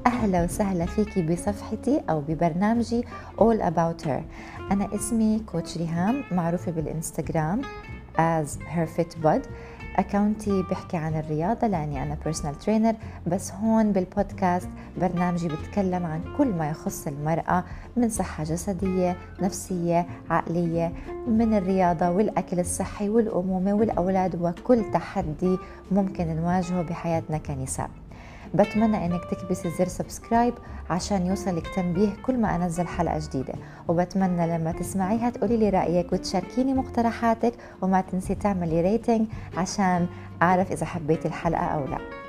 أهلا وسهلا فيكي بصفحتي أو ببرنامجي All About Her. أنا اسمي كوتش ريهام، معروفة بالإنستغرام as HerFitBud. أكاونتي بحكي عن الرياضة لأني أنا personal trainer، بس هون بالبودكاست برنامجي بتكلم عن كل ما يخص المرأة من صحة جسدية، نفسية، عقلية، من الرياضة والأكل الصحي والأمومة والأولاد وكل تحدي ممكن نواجهه بحياتنا كنساء. بتمنى انك تكبسي زر سبسكرايب عشان يوصلك تنبيه كل ما انزل حلقة جديدة، وبتمنى لما تسمعيها تقولي لي رأيك وتشاركيني مقترحاتك، وما تنسي تعملي ريتنج عشان اعرف اذا حبيتي الحلقة او لا.